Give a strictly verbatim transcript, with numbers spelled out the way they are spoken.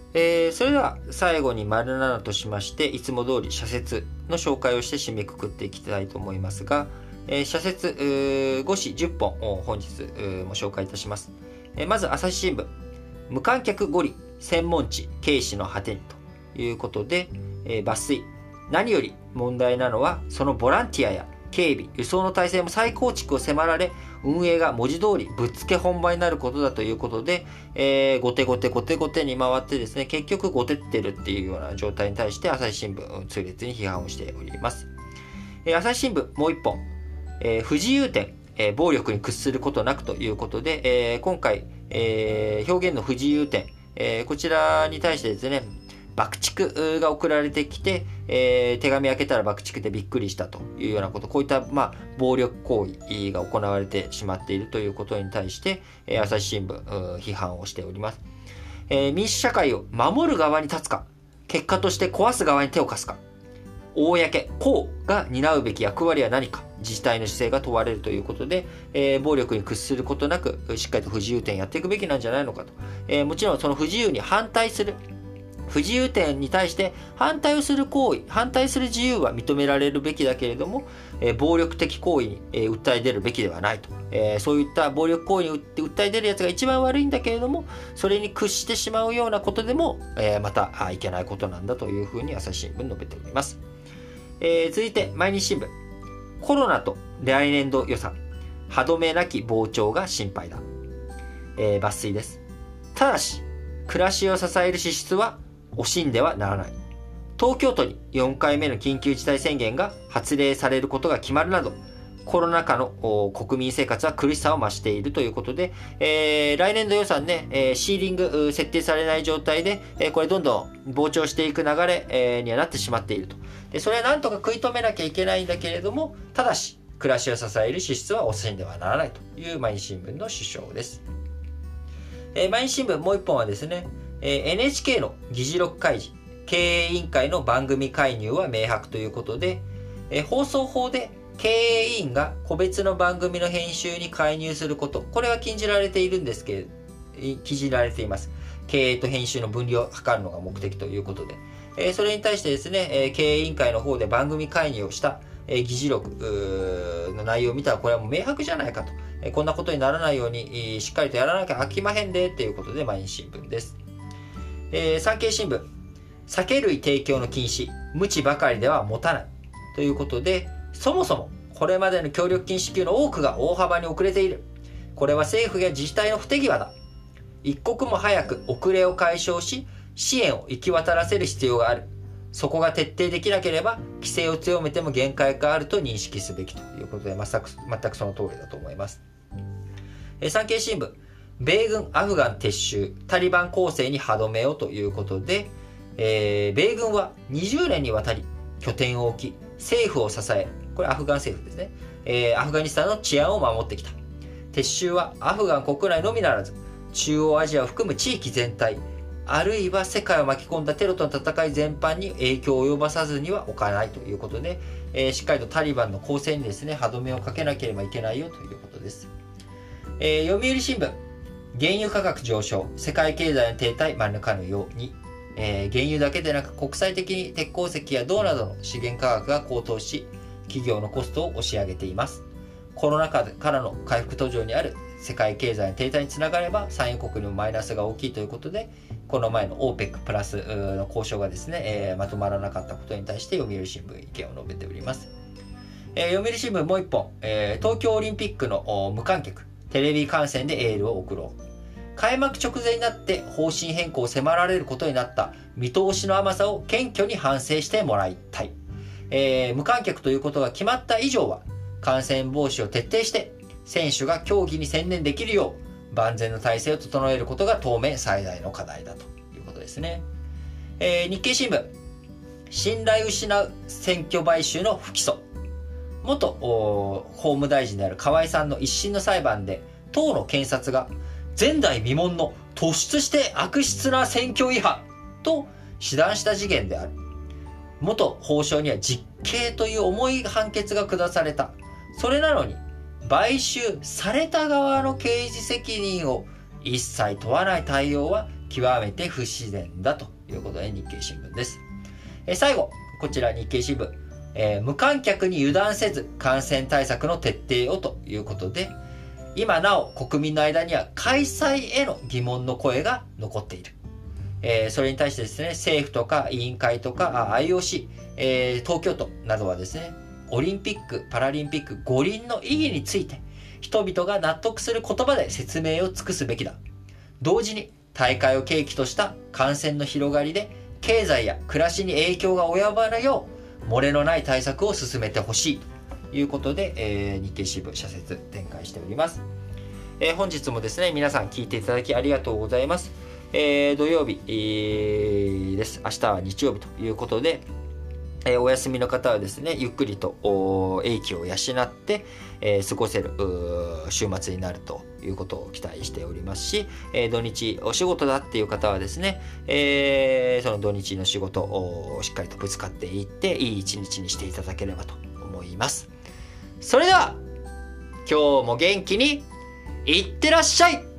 えー、それでは最後に丸ななとしまして、いつも通り社説の紹介をして締めくくっていきたいと思いますが、えー、社説ご紙じゅっぽんを本日も紹介いたします。えー、まず朝日新聞、無観客五里専門地軽視の果てにということで、えー、抜粋、何より問題なのはそのボランティアや警備、輸送の体制も再構築を迫られ、運営が文字通りぶっつけ本番になることだということで、えー、後手後手後手後手に回ってですね、結局後手ってるっていうような状態に対して朝日新聞、痛烈に批判をしております。えー、朝日新聞もう一本、えー、不自由展、えー、暴力に屈することなくということで、えー、今回、えー、表現の不自由展、えー、こちらに対してですね、爆竹が送られてきて、えー、手紙開けたら爆竹でびっくりしたというようなこと、こういった、まあ、暴力行為が行われてしまっているということに対して、えー、朝日新聞批判をしております。えー、民主社会を守る側に立つか、結果として壊す側に手を貸すか、公、公が担うべき役割は何か、自治体の姿勢が問われるということで、えー、暴力に屈することなくしっかりと不自由展やっていくべきなんじゃないのかと、えー、もちろんその不自由に反対する、不自由展に対して反対をする行為、反対する自由は認められるべきだけれども、えー、暴力的行為に、えー、訴え出るべきではないと、えー、そういった暴力行為に訴え出るやつが一番悪いんだけれども、それに屈してしまうようなことでも、えー、またあいけないことなんだというふうに朝日新聞述べております。えー、続いて毎日新聞、コロナと来年度予算、歯止めなき膨張が心配だ。えー、抜粋です。ただし暮らしを支える支出は惜しんではならない。東京都によんかいめの緊急事態宣言が発令されることが決まるなど、コロナ禍の国民生活は苦しさを増しているということで、えー、来年度予算ね、えー、シーリング設定されない状態で、えー、これどんどん膨張していく流れ、えー、にはなってしまっていると。で、それはなんとか食い止めなきゃいけないんだけれども、ただし暮らしを支える支出は惜しんではならないという毎日新聞の主張です。えー、毎日新聞もう一本はですね、エヌエイチケー の議事録開示、経営委員会の番組介入は明白ということで、え放送法で経営委員が個別の番組の編集に介入すること、これは禁じられているんですけれど、禁じられています。経営と編集の分離を図るのが目的ということで、えそれに対してですね、経営委員会の方で番組介入をした議事録の内容を見たら、これはもう明白じゃないかと、こんなことにならないようにしっかりとやらなきゃ飽きまへんでということで、毎日新聞です。えー、産経新聞、酒類提供の禁止、無知ばかりでは持たないということで、そもそもこれまでの協力金支給の多くが大幅に遅れている。これは政府や自治体の不手際だ。一刻も早く遅れを解消し、支援を行き渡らせる必要がある。そこが徹底できなければ規制を強めても限界があると認識すべきということで、全く、全くその通りだと思います。えー、産経新聞、米軍アフガン撤収、タリバン攻勢に歯止めをということで、えー、米軍はにじゅうねんにわたり拠点を置き、政府を支え、これアフガン政府ですね、えー、アフガニスタンの治安を守ってきた。撤収はアフガン国内のみならず、中央アジアを含む地域全体、あるいは世界を巻き込んだテロとの戦い全般に影響を及ばさずには置かないということで、えー、しっかりとタリバンの攻勢にですね、歯止めをかけなければいけないよということです。えー、読売新聞、原油価格上昇、世界経済の停滞免れぬように、えー、原油だけでなく国際的に鉄鉱石や銅などの資源価格が高騰し、企業のコストを押し上げています。コロナ禍からの回復途上にある世界経済の停滞につながれば産油国にもマイナスが大きいということで、この前の オーペック プラスの交渉がですね、えー、まとまらなかったことに対して読売新聞意見を述べております。えー、読売新聞もう一本、えー、東京オリンピックの無観客、テレビ観戦でエールを送ろう。開幕直前になって方針変更を迫られることになった見通しの甘さを謙虚に反省してもらいたい。えー、無観客ということが決まった以上は感染防止を徹底して選手が競技に専念できるよう万全の体制を整えることが当面最大の課題だということですね。えー、日経新聞、信頼を失う選挙買収の不起訴。元法務大臣である河井さんの一審の裁判で党の検察が前代未聞の突出して悪質な選挙違反と指断した事件である。元法相には実刑という重い判決が下された。それなのに買収された側の刑事責任を一切問わない対応は極めて不自然だということで日経新聞です。え最後、こちら日経新聞、えー、無観客に油断せず感染対策の徹底をということで、今なお国民の間には開催への疑問の声が残っている。えー、それに対してですね、政府とか委員会とか アイオーシー、えー、東京都などはですね、オリンピック・パラリンピック五輪の意義について人々が納得する言葉で説明を尽くすべきだ。同時に大会を契機とした感染の広がりで経済や暮らしに影響が及ばないよう漏れのない対策を進めてほしいということで、えー、日経新聞社説展開しております。えー、本日もですね、皆さん聞いていただきありがとうございます。えー、土曜日、えー、です。明日は日曜日ということで、えー、お休みの方はですね、ゆっくりと英気を養って、えー、過ごせる週末になるということを期待しておりますし、えー、土日お仕事だっていう方はですね、えー、その土日の仕事をしっかりとぶつかっていっていい一日にしていただければと思います。それでは今日も元気にいってらっしゃい。